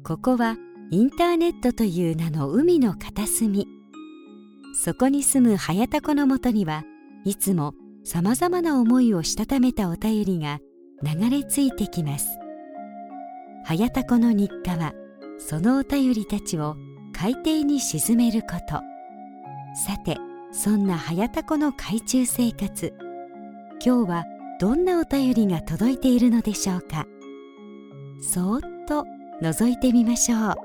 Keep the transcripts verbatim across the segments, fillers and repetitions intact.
ここはインターネットという名の海の片隅。そこに住むはやたこのもとにはいつもさまざまな思いをしたためたお便りが流れ着いてきます。はやたこの日課はそのお便りたちを海底に沈めること。さて、そんなはやたこの海中生活、今日はどんなお便りが届いているのでしょうか。そーっと覗いてみましょう。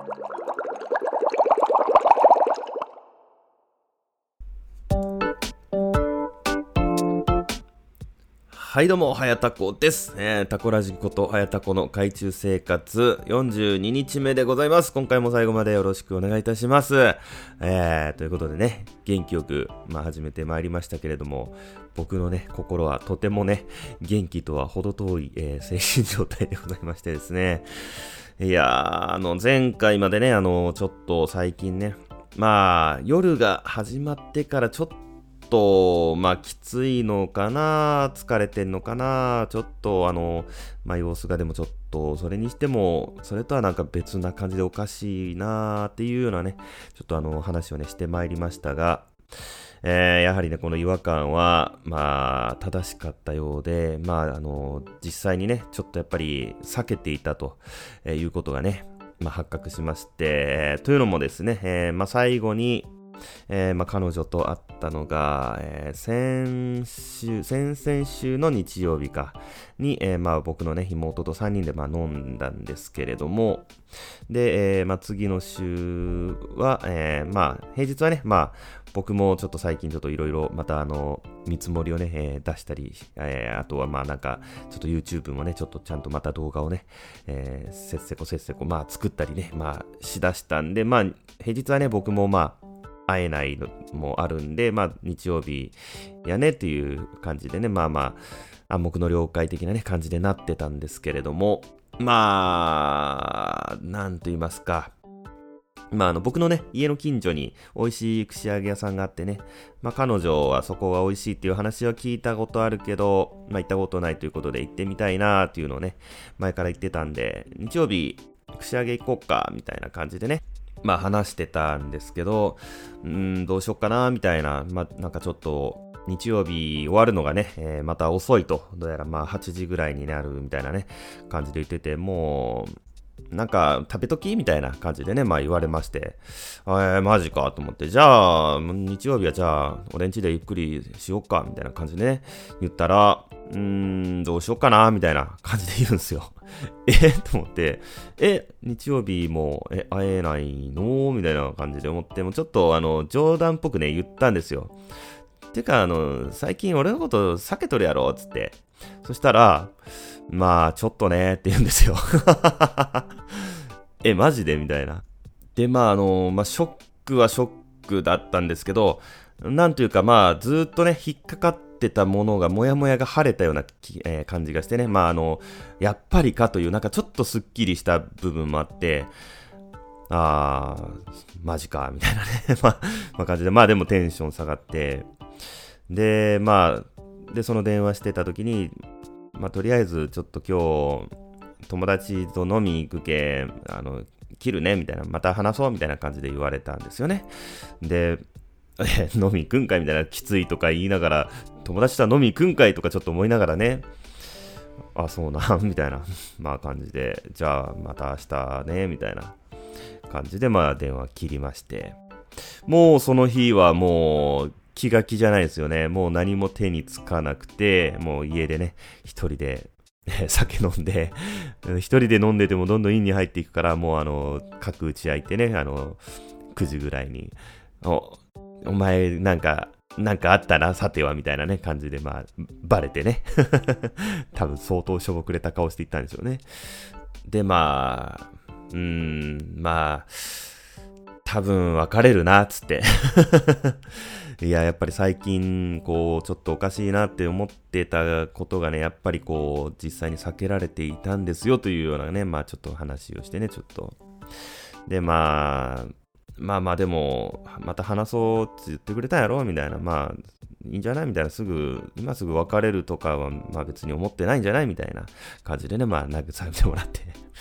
はいどうも、はやたこです。えー、タコラジことはやたこの海中生活よんじゅうににちめでございます。今回も最後までよろしくお願いいたします。えー、ということでね、元気よく、まあ、始めてまいりましたけれども、僕のね、心はとてもね、元気とは程遠い、えー、精神状態でございましてですね。いやー、あの、前回までね、あの、ちょっと最近ね、まあ、夜が始まってからちょっととまあきついのかな、疲れてんのかな、ちょっとあのまあ様子がでもちょっとそれにしてもそれとはなんか別な感じでおかしいなっていうようなね、ちょっとあの話をねしてまいりましたが、えー、やはりねこの違和感はまあ正しかったようで、まああの実際にねちょっとやっぱり避けていたということがね、まあ、発覚しまして、というのもですね、えー、まあ最後にえーまあ、彼女と会ったのが、えー、先週、先々週の日曜日かに、えーまあ、僕のね、妹とさんにんで、まあ、飲んだんですけれども、で、えーまあ、次の週は、えーまあ、平日はね、まあ、僕もちょっと最近ちょっといろいろまたあの見積もりをね、えー、出したり、えー、あとはまあなんかちょっと YouTube もねちょっとちゃんとまた動画をね、えー、せっせこせっせこまあ作ったりねまあしだしたんで、まあ平日はね僕もまあ会えないのもあるんで、まあ日曜日やねっていう感じでね、まあまあ暗黙の了解的なね感じでなってたんですけれども、まあなんと言いますか、まああの僕のね家の近所に美味しい串揚げ屋さんがあってね、まあ彼女はそこが美味しいっていう話は聞いたことあるけど、まあ行ったことないということで行ってみたいなっていうのをね前から言ってたんで、日曜日串揚げ行こうかみたいな感じでねまあ話してたんですけど、うーんどうしよっかなみたいな、まあなんかちょっと日曜日終わるのがね、えー、また遅いと、どうやらまあはちじぐらいになるみたいなね感じで言ってて、もうなんか食べときみたいな感じでねまあ言われまして、えー、マジかと思って、じゃあ日曜日はじゃあ俺ん家でゆっくりしよっかみたいな感じでね言ったら、うーんどうしよっかなみたいな感じで言うんですよ。えと思って、え日曜日もえ会えないのみたいな感じで思って、もちょっとあの冗談っぽくね言ったんですよ。てかあの最近俺のこと避けとるやろつって、そしたらまあちょっとねって言うんですよ。えマジでみたいな。でまああのまあショックはショックだったんですけど、なんというかまあずっとね引っかかってたものがもやもやが晴れたような、えー、感じがしてね、まああのやっぱりかというなんかちょっとすっきりした部分もあって、あーマジかみたいなねまあ、まあ感じで、まあでもテンション下がって、でまあでその電話してた時に、まあとりあえずちょっと今日友達と飲み行くけんあの切るねみたいな、また話そうみたいな感じで言われたんですよね。で飲み行くんかいみたいな、きついとか言いながら、友達とは飲み行くんかいとかちょっと思いながらね、あそうなみたいなまあ感じで、じゃあまた明日ねみたいな感じでまあ電話切りまして、もうその日はもう気が気じゃないですよね。もう何も手につかなくて、もう家でね一人で酒飲んで一人で飲んでてもどんどん陰に入っていくから、もうあの各打ち合いってね、あのくじぐらいにおお前なんかなんかあったなさてはみたいなね感じでまあバレてね多分相当しょぼくれた顔していったんですよね。でまあうーんまあ多分別れるなっつっていややっぱり最近こうちょっとおかしいなって思ってたことがね、やっぱりこう実際に避けられていたんですよというようなね、まあちょっと話をしてね、ちょっとでまあまあまあでもまた話そうって言ってくれたんやろみたいな、まあいいんじゃないみたいな、すぐ今すぐ別れるとかはまあ別に思ってないんじゃないみたいな感じでね、まあ慰めてもらって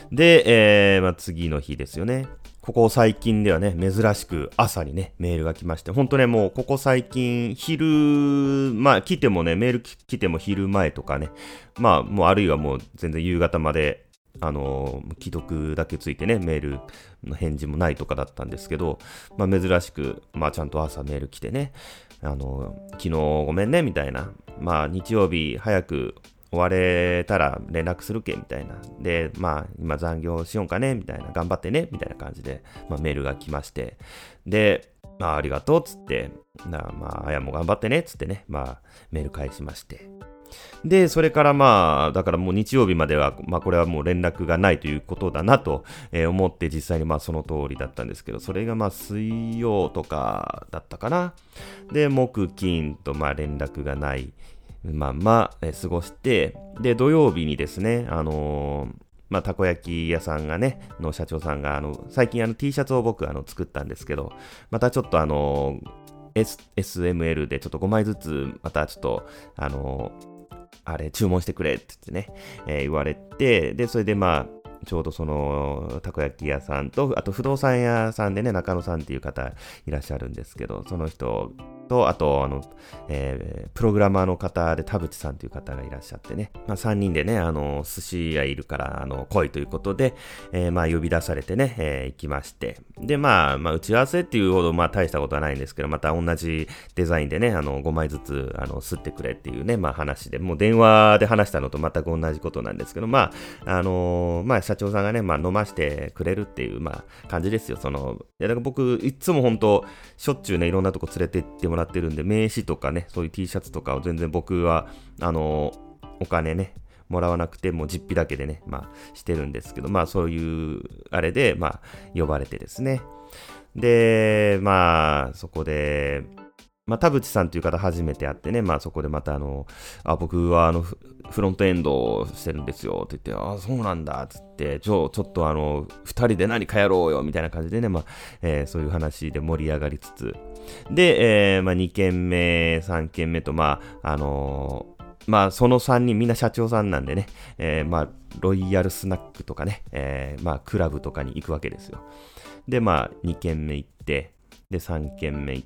で、えーまあ、次の日ですよね。ここ最近ではね、珍しく朝にね、メールが来まして、ほんとね、もうここ最近、昼、まあ来てもね、メール来ても昼前とかね、まあもうあるいはもう全然夕方まで、あのー、既読だけついてね、メールの返事もないとかだったんですけど、まあ珍しく、まあちゃんと朝メール来てね、あのー、昨日ごめんね、みたいな、まあ日曜日早く、終われたら連絡するけみたいな。で、まあ、今残業しようかねみたいな。頑張ってねみたいな感じで、まあ、メールが来まして。で、まあ、ありがとうっつって、なまあ、あやも頑張ってねっつってね、まあ、メール返しまして。で、それからまあ、だからもう日曜日までは、まあ、これはもう連絡がないということだなと、えー、思って実際にまあ、その通りだったんですけど、それがまあ、水曜とかだったかな。で、木、金とまあ、連絡がない。まあまあ、えー、過ごして、で、土曜日にですね、あのー、まあ、たこ焼き屋さんがね、の社長さんが、あの、最近あの T シャツを僕、あの、作ったんですけど、またちょっとあのー、S、エスエムエル でちょっとごまいずつ、またちょっと、あのー、あれ、注文してくれって言ってね、えー、言われて、で、それでまあ、ちょうどその、たこ焼き屋さんと、あと不動産屋さんでね、中野さんっていう方いらっしゃるんですけど、その人と、あと、あの、えー、プログラマーの方で田淵さんという方がいらっしゃってね、まあさんにんでね、あの、寿司屋いるから、あの、来いということで、えー、まあ呼び出されてね、えー、行きまして、で、まあ、まあ打ち合わせっていうほど、まあ大したことはないんですけど、また同じデザインでね、あの、ごまいずつ、あの、吸ってくれっていうね、まあ話で、もう電話で話したのと全く同じことなんですけど、まあ、あのー、まあ社長さんがね、まあ飲ましてくれるっていう、まあ感じですよ、その、いや、だから僕、いつも本当しょっちゅうね、いろんなとこ連れて行ってもらってるんで、名刺とかね、そういう T シャツとかを全然僕は、あのー、お金ね、もらわなくて、もう実費だけでね、まあ、してるんですけど、まあ、そういう、あれで、まあ、呼ばれてですね。で、まあ、そこで、まあ、田淵さんという方初めて会ってね、まあ、そこでまた、あの、あ、僕は、あの、フロントエンドをしてるんですよ、って言って、あ、そうなんだ、つって、ちょ、ちょっとあの、二人で何かやろうよ、みたいな感じでね、まあ、えー、そういう話で盛り上がりつつ、で、えー、まあ、に軒目、さん軒目と、まあ、あのー、まあ、そのさんにんみんな社長さんなんでね、えー、まあ、ロイヤルスナックとかね、えー、まあ、クラブとかに行くわけですよ。で、まあ、に軒目行って、で、さん軒目行って、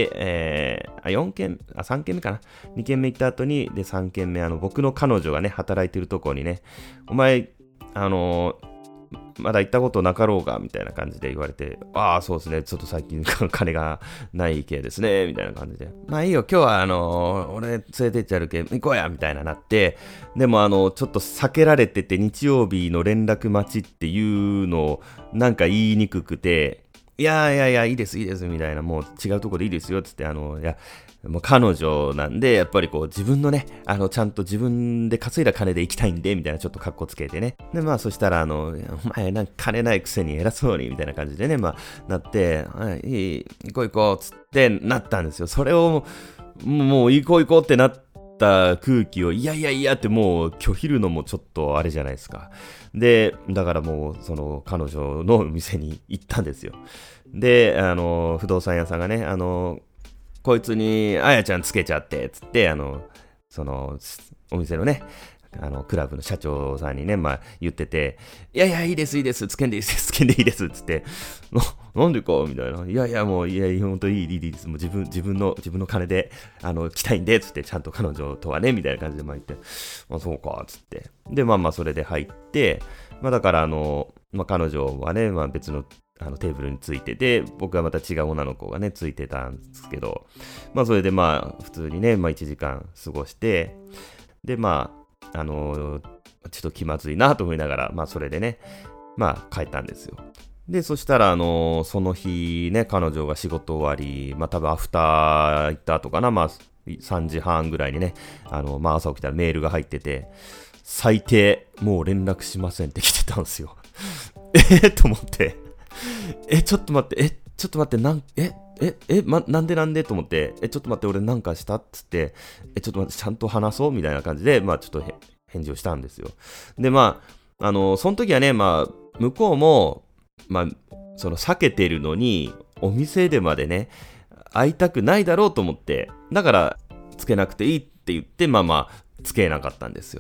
えー、あ、よん軒、あ、さん軒目かな。に軒目行った後に、で、さん軒目、あの、僕の彼女がね、働いてるところにね、お前、あのー、まだ行ったことなかろうがみたいな感じで言われて、ああ、そうですね、ちょっと最近金がない系ですね、みたいな感じで。まあいいよ、今日はあのー、俺連れてっちゃるけ、行こうや、みたいななって、でもあの、ちょっと避けられてて、日曜日の連絡待ちっていうのをなんか言いにくくて、いやいやいや、いいです、いいです、みたいな、もう違うところでいいですよ、つって、あの、いや、もう彼女なんで、やっぱりこう自分のね、あの、ちゃんと自分で稼いだ金で行きたいんで、みたいなちょっとカッコつけてね。で、まあそしたら、あの、お前なんか金ないくせに偉そうに、みたいな感じでね、まあなって、はい、いい、行こう行こう、つってなったんですよ。それを、もう行こう行こうってなった空気を、いやいやいやってもう拒否るのもちょっとあれじゃないですか。で、だからもう、その彼女の店に行ったんですよ。で、あの、不動産屋さんがね、あの、こいつにあやちゃんつけちゃってつってあのそのお店のねあのクラブの社長さんにねまあ言ってていやいやいいですいいですつけんでいいですつけんでいいですつってな, なんでかみたいないやいやもういや本当いいいいいいですもう自分自分の自分の金であの来たいんでつってちゃんと彼女とはねみたいな感じでまあ言ってまあそうかつってでまあまあそれで入ってまあだからあのまあ彼女はねまあ別のあのテーブルについてて、僕はまた違う女の子がね、ついてたんですけど、まあそれでまあ普通にね、まあいちじかん過ごして、でまあ、あのー、ちょっと気まずいなと思いながら、まあそれでね、まあ帰ったんですよ。で、そしたらあのー、その日ね、彼女が仕事終わり、まあ多分アフター行った後かな、まあさんじはんぐらいにね、あのー、まあ朝起きたらメールが入ってて、最低、もう連絡しませんって来てたんですよ。えーと思って。え、ちょっと待って、え、ちょっと待って、なん、え、え、え、ま、なんでなんでと思って、え、ちょっと待って、俺なんかしたっつって、え、ちょっと待って、ちゃんと話そうみたいな感じで、まあちょっと返事をしたんですよ。で、まあ、あの、その時はね、まあ、向こうも、まあ、その避けてるのに、お店でまでね、会いたくないだろうと思って、だから、つけなくていいって言って、まあまあ、つけなかったんですよ。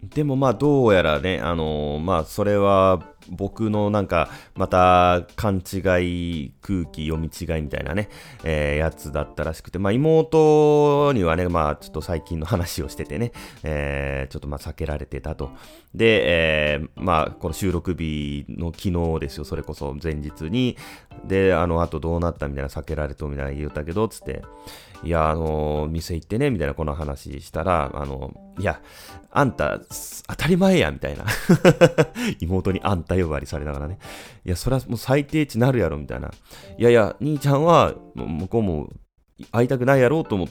でもまあどうやらね、あのー、まあそれは僕のなんかまた勘違い空気読み違いみたいなね、えー、やつだったらしくて、まあ妹にはね、まあちょっと最近の話をしててね、えー、ちょっとまあ避けられてたと。で、えー、まあこの収録日の昨日ですよ、それこそ前日に、で、あの後どうなったみたいな、避けられとみたいな言ったけど、つって、いや、あのー、店行ってね、みたいなこの話したら、あの、いや、あんた、当たり前や、みたいな。妹にあんた呼ばわりされながらね。いや、それはもう最低値なるやろ、みたいな。いやいや、兄ちゃんは、向こうも会いたくないやろうと思って、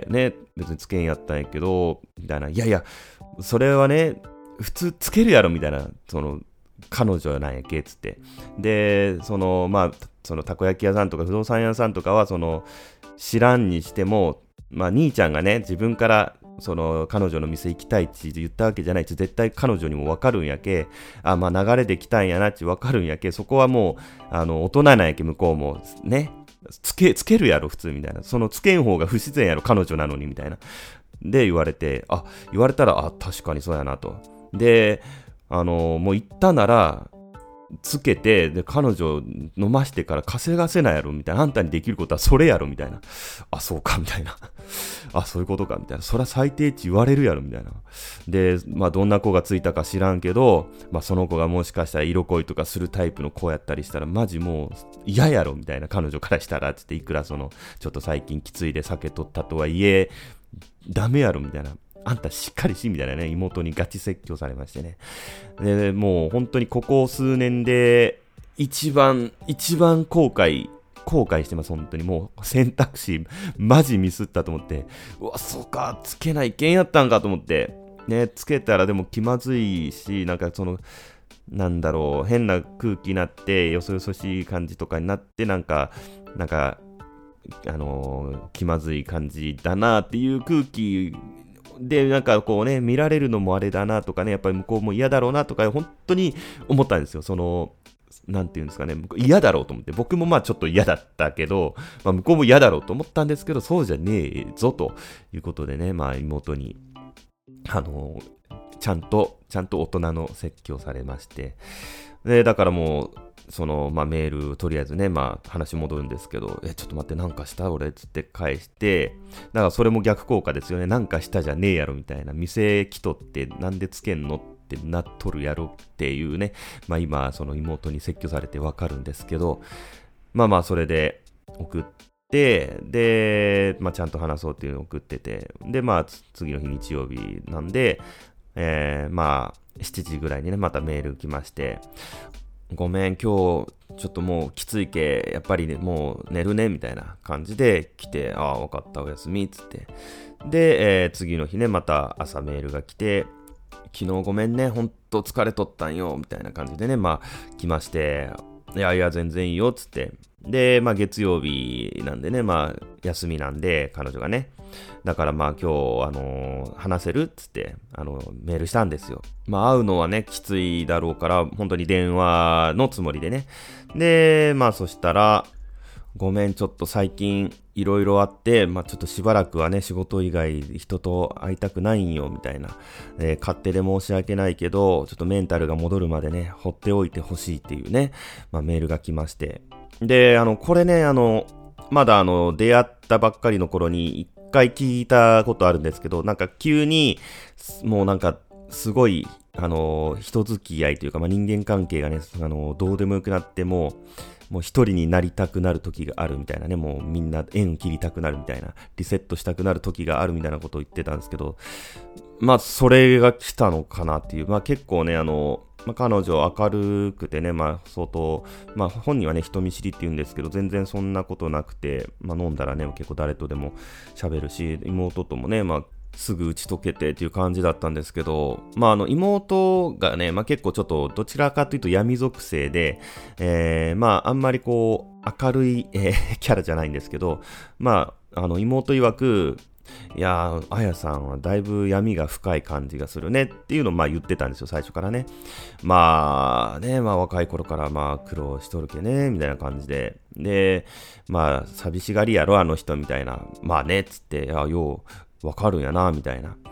ね、別につけんやったんやけど、みたいな。いやいや、それはね、普通つけるやろ、みたいな。その、彼女なんやけ、つって。で、その、まあ、そのたこ焼き屋さんとか不動産屋さんとかは、その、知らんにしても、まあ、兄ちゃんがね、自分からその彼女の店行きたいって言ったわけじゃないし、絶対彼女にも分かるんやけ、あ、まあ流れで来たんやなって分かるんやけ、そこはもうあの大人なんやけ、向こうもね、つけつけるやろ普通みたいな、そのつけん方が不自然やろ彼女なのにみたいなで言われて、あ、言われたら、あ、確かにそうやなと。で、あのもう行ったならつけて、で、彼女飲ましてから稼がせないやろみたいな。あんたにできることはそれやろみたいな。あ、そうかみたいな。あ、そういうことかみたいな。そりゃ最低値言われるやろみたいな。で、まあどんな子がついたか知らんけど、まあその子がもしかしたら色恋とかするタイプの子やったりしたら、マジもう嫌やろみたいな。彼女からしたらつって、いくらそのちょっと最近きついで酒取ったとはいえダメやろみたいな。あんたしっかりしみたいなね、妹にガチ説教されましてね。で、もう本当にここ数年で一番、一番後悔、後悔してます、本当に。もう選択肢、マジミスったと思って。うわ、そうか、つけないけんやったんかと思って。ね、つけたらでも気まずいし、なんかその、なんだろう、変な空気になって、よそよそしい感じとかになって、なんか、なんか、あのー、気まずい感じだなっていう空気で、なんかこうね、見られるのもあれだなとかね、やっぱり向こうも嫌だろうなとか、本当に思ったんですよ。その、なんていうんですかね、嫌だろうと思って、僕もまあちょっと嫌だったけど、まあ、向こうも嫌だろうと思ったんですけど、そうじゃねえぞということでね、まあ妹に、あの、ちゃんと、ちゃんと大人の説教されまして、で、だからもう、その、まあ、メール、とりあえずね、まあ、話戻るんですけど、え、ちょっと待って、なんかした俺、つって返して、だからそれも逆効果ですよね。なんかしたじゃねえやろ、みたいな。店来とって、なんでつけんのってなっとるやろっていうね。まあ、今、その妹に説教されてわかるんですけど、まあまあ、それで送って、で、まあ、ちゃんと話そうっていうのを送ってて、で、まあ、次の日日曜日なんで、えー、まあ、しちじぐらいにね、またメール来まして、ごめん、今日ちょっともうきついけ、やっぱりね、もう寝るねみたいな感じで来て、ああ、分かった、おやすみっつって。で、えー、次の日ね、また朝メールが来て、昨日ごめんね、ほんと疲れとったんよみたいな感じでね、まあ来まして、いやいや、全然いいよっつって。で、まあ月曜日なんでね、まあ休みなんで、彼女がね。だからまあ今日、あのー、話せるっつって、あのー、メールしたんですよ。まあ会うのはね、きついだろうから、本当に電話のつもりでね。で、まあそしたら、ごめん、ちょっと最近いろいろあって、まあちょっとしばらくはね、仕事以外人と会いたくないんよ、みたいな。えー、勝手で申し訳ないけど、ちょっとメンタルが戻るまでね、放っておいてほしいっていうね、まあメールが来まして。で、あの、これね、あの、まだあの、出会ったばっかりの頃に一回聞いたことあるんですけど、なんか急に、もうなんか、すごい、あの、人付き合いというか、まあ、人間関係がね、あの、どうでもよくなっても、もう一人になりたくなる時があるみたいなね、もうみんな縁切りたくなるみたいな、リセットしたくなる時があるみたいなことを言ってたんですけど、まあ、それが来たのかなっていう、まあ結構ね、あの、まあ、彼女明るくてね、まあ相当、まあ本人はね、人見知りって言うんですけど、全然そんなことなくて、まあ飲んだらね、結構誰とでも喋るし、妹ともね、まあすぐ打ち解けてっていう感じだったんですけど、まああの妹がね、まあ結構ちょっとどちらかというと闇属性で、えー、まああんまりこう明るい、えー、キャラじゃないんですけど、まああの妹曰く、いやー、あやさんはだいぶ闇が深い感じがするねっていうのをまあ言ってたんですよ、最初からね。まあね、まあ若い頃からまあ苦労しとるけね、みたいな感じで。で、まあ寂しがりやろ、あの人みたいな。まあね、つって、いや、ようわかるんやな、みたいな。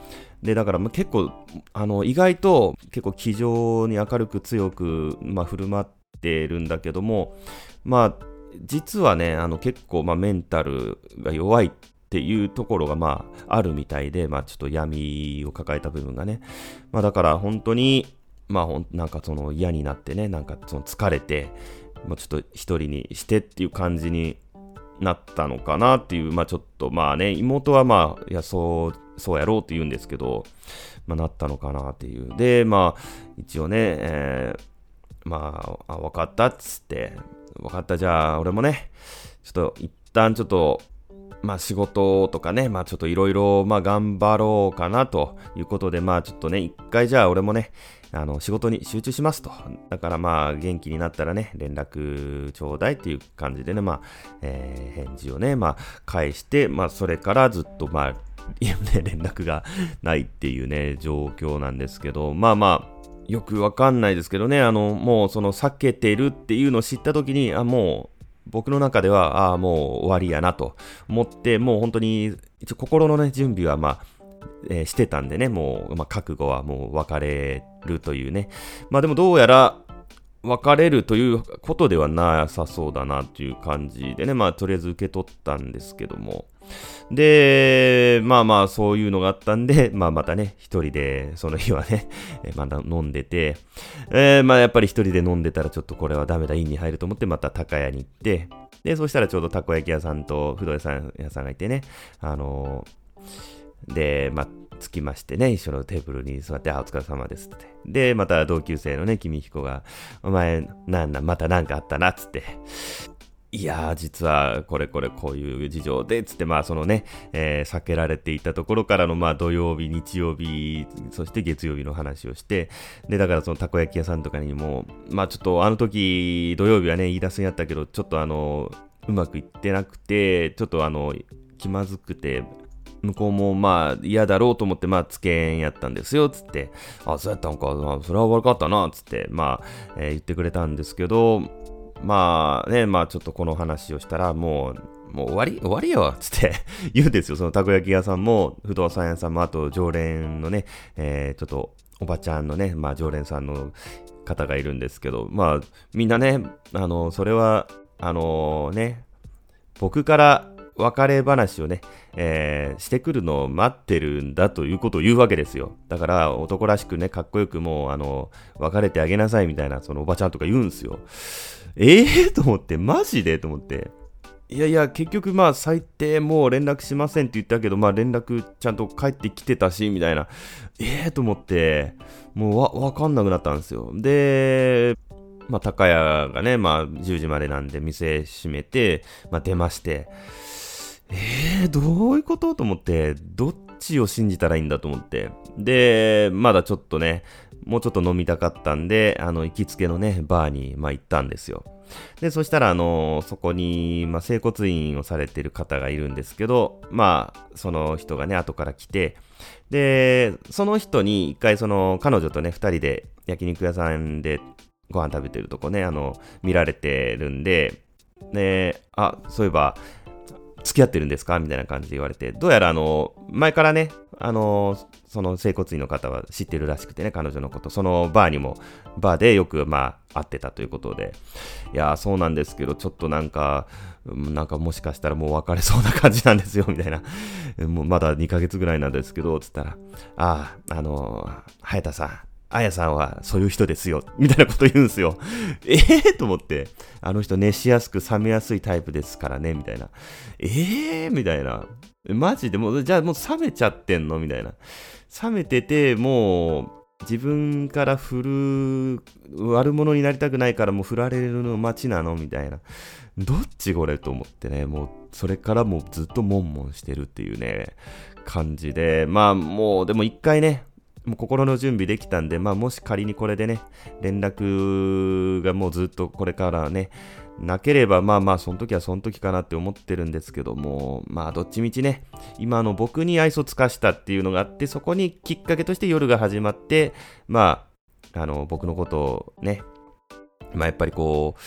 で、だからまあ結構、あの、意外と結構気丈に明るく強く、まあ、振る舞ってるんだけども、まあ、実はね、あの、結構、まあ、メンタルが弱いっていうところが、まあ、あるみたいで、まあ、ちょっと闇を抱えた部分がね。まあ、だから本当に、まあ、ほんなんかその嫌になってね、なんかその疲れて、もうちょっと一人にしてっていう感じになったのかなっていう、まあちょっとまあね、妹はまあ、いや、そう、そうやろうって言うんですけど、まあなったのかなっていう。で、まあ、一応ね、えー、まあ、あ、わかったっつって、わかった、じゃあ、俺もね、ちょっと一旦ちょっと、まあ仕事とかね、まあちょっといろいろ、まあ頑張ろうかなということで、まあちょっとね、一回じゃあ俺もね、あの、仕事に集中しますと。だからまあ、元気になったらね、連絡ちょうだいっていう感じでね、まあ、えー、返事をね、まあ、返して、まあ、それからずっと、まあ、ね、連絡がないっていうね、状況なんですけど、まあまあ、よくわかんないですけどね、あの、もうその避けてるっていうのを知ったときに、あ、もう、僕の中では、ああ、もう終わりやなと思って、もう本当に、一応心のね、準備はまあ、えー、してたんでね、もう、まあ、覚悟はもう別れるというね。まあでもどうやら別れるということではなさそうだなという感じでね、まあとりあえず受け取ったんですけども。で、まあまあそういうのがあったんで、まあまたね、一人でその日はね、まだ飲んでて、えー、まあやっぱり一人で飲んでたらちょっとこれはダメだ、院に入ると思ってまた高屋に行って、で、そしたらちょうどたこ焼き屋さんと不動産屋さんがいてね、あのーで、まあ、着きましてね、一緒のテーブルに座って、あ、お疲れ様ですって。で、また同級生のね、君彦が、お前、なんなん、またなんかあったな、つって。いやー、実は、これこれこういう事情で、つって、まあ、そのね、えー、避けられていたところからの、まあ、土曜日、日曜日、そして月曜日の話をして、で、だからそのたこ焼き屋さんとかにも、まあ、ちょっとあの時、土曜日はね、言い出すんやったけど、ちょっとあの、うまくいってなくて、ちょっとあの、気まずくて、向こうもまあ嫌だろうと思ってまあつけんやったんですよつって、あ、そうやったんか、まあ、それは悪かったなつってまあ、えー、言ってくれたんですけど、まあね、まあちょっとこの話をしたらもうもう終わり終わりよつって言うんですよ。そのたこ焼き屋さんも不動産屋さんもあと常連のね、えー、ちょっとおばちゃんのね、まあ常連さんの方がいるんですけど、まあみんなね、あのそれはあのね、僕から別れ話をね、えー、してくるのを待ってるんだということを言うわけですよ。だから男らしくね、かっこよくもうあの別れてあげなさいみたいなそのおばちゃんとか言うんですよ。ええー、と思ってマジでと思って。いやいや結局まあ最低もう連絡しませんって言ったけどまあ連絡ちゃんと返ってきてたしみたいな。ええー、と思ってもうわわかんなくなったんですよ。で。まあ、高屋がね、まあ、じゅうじまでなんで店閉めて、まあ、出まして、えー、どういうことと思って、どっちを信じたらいいんだと思って。で、まだちょっとね、もうちょっと飲みたかったんで、あの、行きつけのね、バーに、まあ、行ったんですよ。で、そしたら、あの、そこに、まあ、整骨院をされてる方がいるんですけど、まあ、その人がね、後から来て、で、その人に一回、その、彼女とね、二人で焼肉屋さんで、ご飯食べてるとこね、あの、見られてるんで、で、あ、そういえば、付き合ってるんですかみたいな感じで言われて、どうやらあの、前からね、あの、その整骨院の方は知ってるらしくてね、彼女のこと、そのバーにも、バーでよく、まあ、会ってたということで、いや、そうなんですけど、ちょっとなんか、なんかもしかしたらもう別れそうな感じなんですよ、みたいな。もうまだにかげつぐらいなんですけど、つったら、ああ、あの、早田さん、あやさんはそういう人ですよ、みたいなこと言うんですよ。えーと思って、あの人熱しやすく冷めやすいタイプですからね、みたいな。えーみたいな。マジでもう、じゃあもう冷めちゃってんのみたいな。冷めてて、もう、自分から振る、悪者になりたくないからもう振られるの待ちなのみたいな。どっちこれと思ってね、もう、それからもうずっと悶々してるっていうね、感じで、まあもう、でも一回ね、もう心の準備できたんで、まあもし仮にこれでね、連絡がもうずっとこれからね、なければまあまあその時はその時かなって思ってるんですけども、まあどっちみちね、今の僕に愛想つかしたっていうのがあって、そこにきっかけとして夜が始まって、まあ、あの僕のことをね、まあやっぱりこう、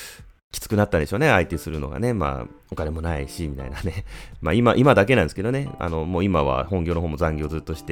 きつくなったんでしょうね、相手するのがね。まあ、お金もないし、みたいなね。まあ、今、今だけなんですけどね。あの、もう今は本業の方も残業ずっとして、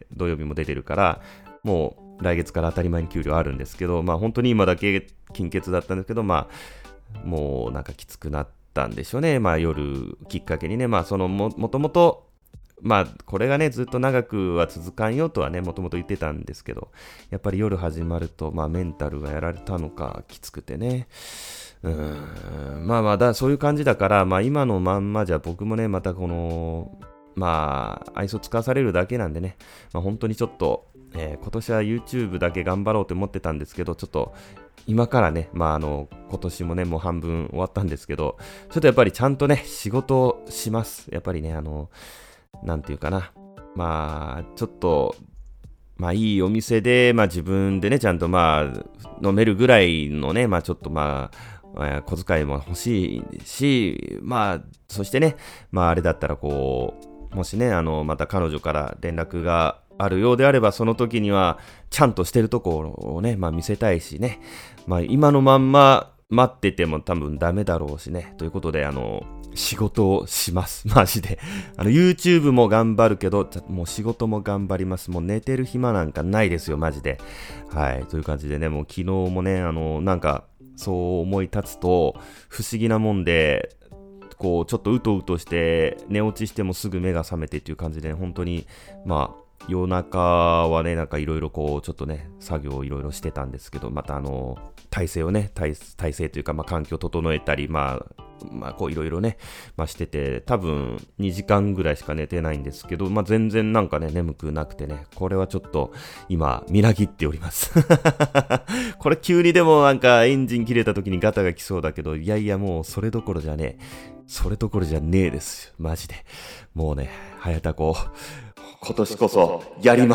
土曜日も出てるから、もう来月から当たり前に給料あるんですけど、まあ、本当に今だけ金欠だったんですけど、まあ、もうなんかきつくなったんでしょうね。まあ、夜きっかけにね。まあ、そのも、もともと、まあ、これがね、ずっと長くは続かんよとはね、もともと言ってたんですけど、やっぱり夜始まると、まあ、メンタルがやられたのか、きつくてね。うーん、まあまあだ、そういう感じだから、まあ今のまんまじゃ僕もね、またこの、まあ、愛想使わされるだけなんでね、まあ本当にちょっと、えー、今年は YouTube だけ頑張ろうと思ってたんですけど、ちょっと、今からね、まああの、今年もね、もう半分終わったんですけど、ちょっとやっぱりちゃんとね、仕事をします。やっぱりね、あの、なんていうかな。まあ、ちょっと、まあいいお店で、まあ自分でね、ちゃんとまあ、飲めるぐらいのね、まあちょっとまあ、小遣いも欲しいし、まあ、そしてね、まああれだったらこう、もしね、あの、また彼女から連絡があるようであれば、その時には、ちゃんとしてるところをね、まあ見せたいしね、まあ今のまんま待ってても多分ダメだろうしね、ということで、あの、仕事をします。マジで。あの、YouTube も頑張るけど、もう仕事も頑張ります。もう寝てる暇なんかないですよ、マジで。はい。という感じでね、もう昨日もね、あの、なんか、そう思い立つと、不思議なもんで、こう、ちょっとうとうとして、寝落ちしてもすぐ目が覚めてっていう感じで、本当に、まあ、夜中はね、なんかいろいろこう、ちょっとね、作業をいろいろしてたんですけど、またあの、体勢をね、体、体勢というか、まあ、環境を整えたり、まあ、まあ、こういろいろね、まあ、してて、多分にじかんぐらいしか寝てないんですけど、まあ、全然なんかね、眠くなくてね、これはちょっと今、みなぎっております。これ急にでもなんかエンジン切れた時にガタが来そうだけど、いやいやもうそれどころじゃねえ。それどころじゃねえですよ。マジで。もうね、はやたこ、今年こそやります。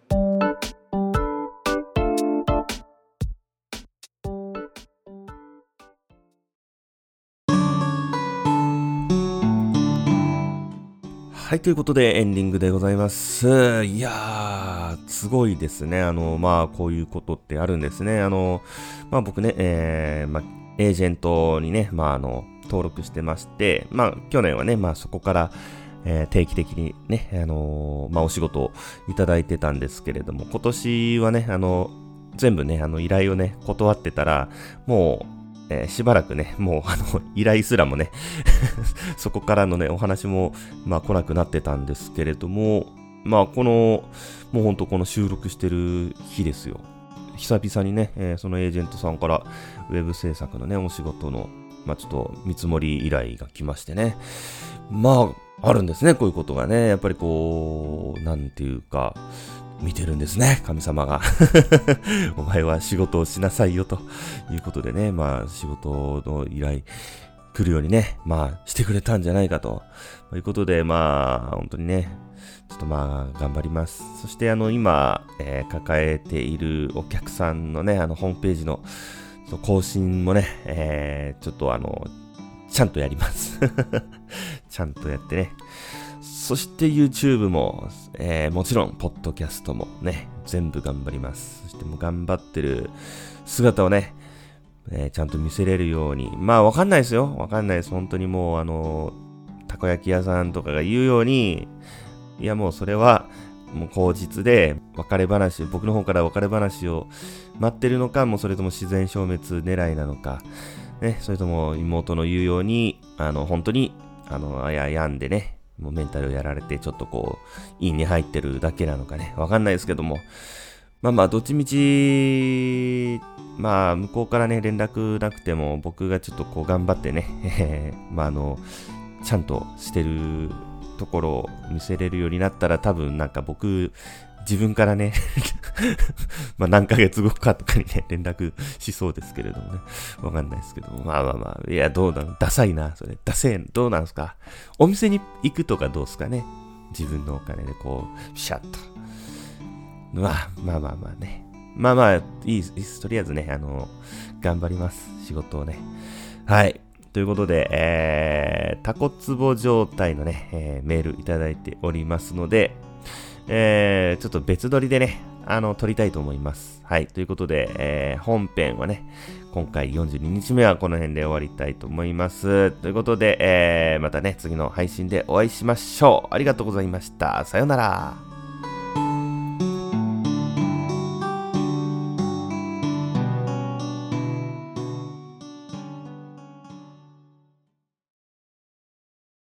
はい、ということでエンディングでございます。いやー、すごいですね。あの、まあ、こういうことってあるんですね。あの、まあ僕ね、えー、まあ、エージェントにね、まああの、登録してまして、まあ去年はね、まあそこから、えー、定期的にね、あのー、まあお仕事をいただいてたんですけれども、今年はね、あの、全部ね、あの依頼をね、断ってたら、もう、えー、しばらくね、もうあの、依頼すらもね、そこからのね、お話も、まあ来なくなってたんですけれども、まあこの、もうほんとこの収録してる日ですよ。久々にね、えー、そのエージェントさんからウェブ制作のね、お仕事の、まあちょっと見積もり依頼が来ましてね。まあ、あるんですね、こういうことがね。やっぱりこう、なんていうか、見てるんですね、神様が。お前は仕事をしなさいよ、ということでね、まあ仕事の依頼来るようにね、まあしてくれたんじゃないかということで、まあ本当にね、ちょっとまあ頑張ります。そしてあの今、えー、抱えているお客さんのね、あのホームページの更新もね、えー、ちょっとあの、ちゃんとやります。ちゃんとやってね。そして YouTube も、えー、もちろん、ポッドキャストもね、全部頑張ります。そしてもう頑張ってる姿をね、えー、ちゃんと見せれるように。まあわかんないですよ。わかんないです。本当にもうあの、たこ焼き屋さんとかが言うように、いやもうそれは、もう口実で別れ話、僕の方から別れ話を待ってるのか、もうそれとも自然消滅狙いなのか、ね、それとも妹の言うように、あの、本当に、あの、あややんでね、もうメンタルやられて、ちょっとこう、インに入ってるだけなのかね、わかんないですけども、まあまあ、どっちみち、まあ、向こうからね、連絡なくても、僕がちょっとこう、頑張ってね、まああの、ちゃんとしてるところを見せれるようになったら、多分なんか僕、自分からね、まあ何ヶ月後かとかにね、連絡しそうですけれどもね。わかんないですけども。まあまあまあ、いや、どうなのダサいな、それ。ダセー、どうなんですかお店に行くとかどうですかね自分のお金でこう、シャッと。まあ、まあまあまあね。まあまあ、いいです。とりあえずね、あの、頑張ります。仕事をね。はい。ということで、えー、タコツボ状態のね、えー、メールいただいておりますので、えー、ちょっと別撮りでね、 あの、撮りたいと思います。はい。ということで、えー、本編はね、今回よんじゅうににちめはこの辺で終わりたいと思います。ということで、えー、またね、次の配信でお会いしましょう。ありがとうございました。さようなら。